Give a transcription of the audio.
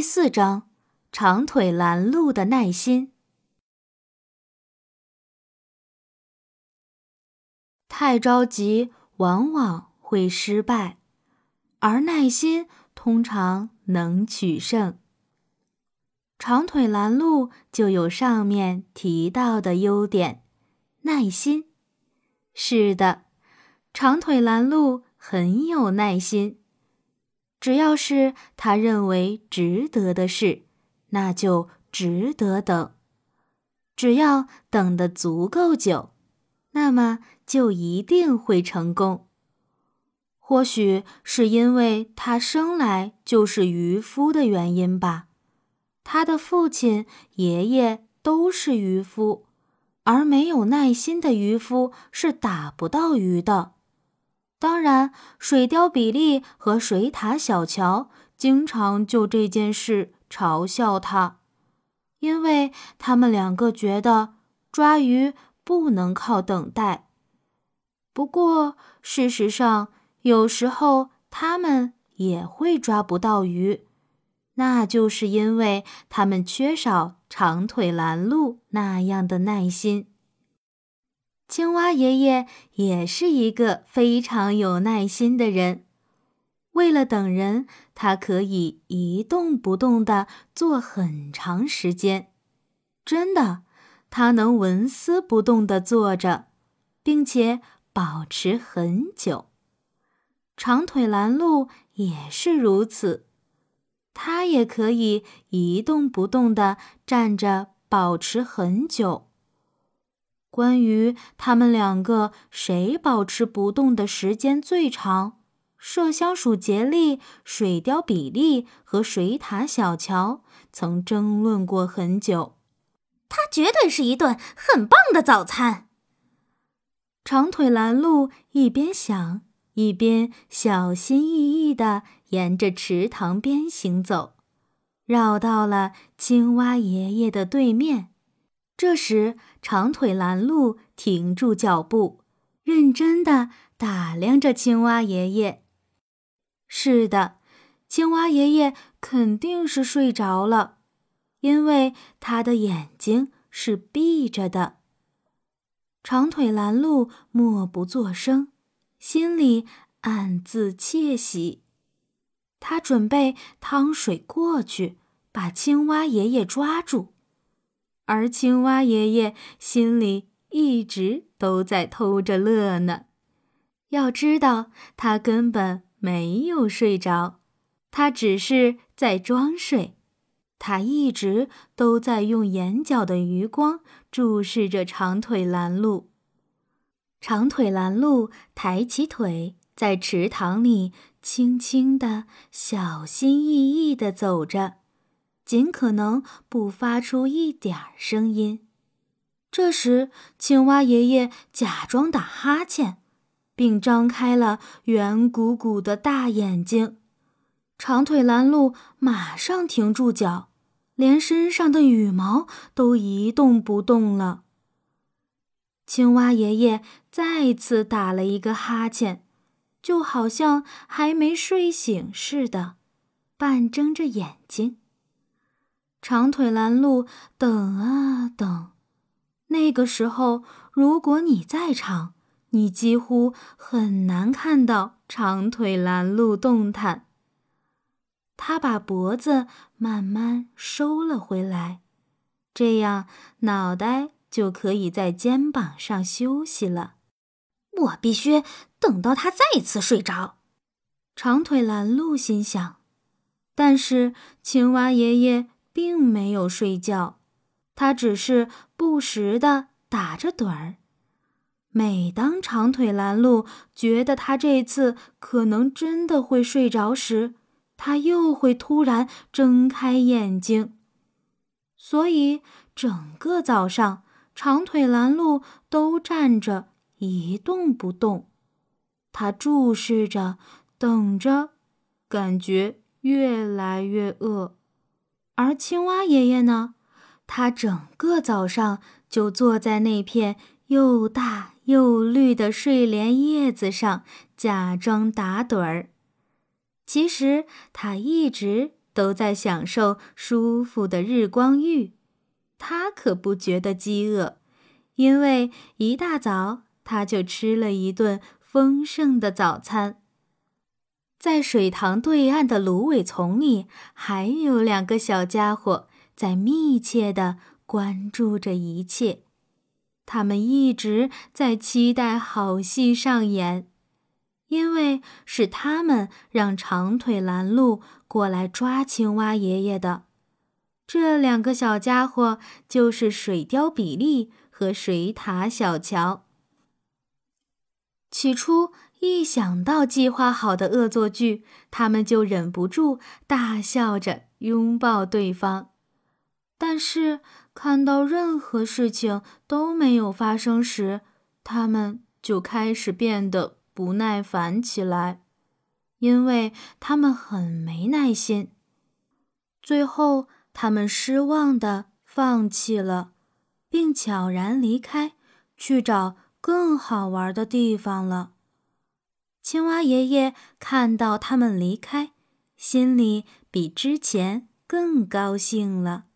4章，长腿拦路的耐心。太着急往往会失败，而耐心通常能取胜。长腿拦路就有上面提到的优点，耐心。是的，长腿拦路很有耐心。只要是他认为值得的事，那就值得等。只要等得足够久，那么就一定会成功。或许是因为他生来就是渔夫的原因吧。他的父亲、爷爷都是渔夫，而没有耐心的渔夫是打不到鱼的。当然，水貂比利和水獭小乔经常就这件事嘲笑他，因为他们两个觉得抓鱼不能靠等待。不过，事实上，有时候他们也会抓不到鱼，那就是因为他们缺少长腿拦路那样的耐心。青蛙爷爷也是一个非常有耐心的人，为了等人，他可以一动不动地坐很长时间。真的，他能纹丝不动地坐着，并且保持很久。长腿拦路也是如此，他也可以一动不动地站着保持很久。关于他们两个谁保持不动的时间最长，麝香鼠杰利、水貂比利和水獭小乔曾争论过很久。 它绝对是一顿很棒的早餐。 长腿拦路一边想，一边小心翼翼地沿着池塘边行走，绕到了青蛙爷爷的对面。这时，长腿拦路停住脚步，认真地打量着青蛙爷爷。是的，青蛙爷爷肯定是睡着了，因为他的眼睛是闭着的。长腿拦路默不作声，心里暗自窃喜。他准备趟水过去，把青蛙爷爷抓住。而青蛙爷爷心里一直都在偷着乐呢。要知道，他根本没有睡着，他只是在装睡。他一直都在用眼角的余光注视着长腿拦路。长腿拦路抬起腿，在池塘里轻轻地、小心翼翼地走着，尽可能不发出一点声音。这时，青蛙爷爷假装打哈欠，并张开了圆鼓鼓的大眼睛。长腿拦路马上停住脚，连身上的羽毛都一动不动了。青蛙爷爷再次打了一个哈欠，就好像还没睡醒似的，半睁着眼睛。长腿拦路等啊等，那个时候，如果你在场，你几乎很难看到长腿拦路动弹。他把脖子慢慢收了回来，这样脑袋就可以在肩膀上休息了。 我必须等到他再次睡着， 长腿拦路心想。但是青蛙爷爷并没有睡觉，他只是不时地打着盹儿。每当长腿拦路觉得他这次可能真的会睡着时，他又会突然睁开眼睛。所以整个早上，长腿拦路都站着一动不动。他注视着，等着，感觉越来越饿。而青蛙爷爷呢？他整个早上就坐在那片又大又绿的睡莲叶子上，假装打盹儿。其实他一直都在享受舒服的日光浴，他可不觉得饥饿，因为一大早他就吃了一顿丰盛的早餐。在水塘对岸的芦苇丛里，还有2个小家伙在密切地关注着一切。他们一直在期待好戏上演，因为是他们让长腿拦路过来抓青蛙爷爷的。这2个小家伙就是水貂比利和水獭小乔。起初一想到计划好的恶作剧，他们就忍不住大笑着拥抱对方。但是看到任何事情都没有发生时，他们就开始变得不耐烦起来，因为他们很没耐心。最后，他们失望地放弃了，并悄然离开，去找更好玩的地方了。青蛙爷爷看到他们离开，心里比之前更高兴了。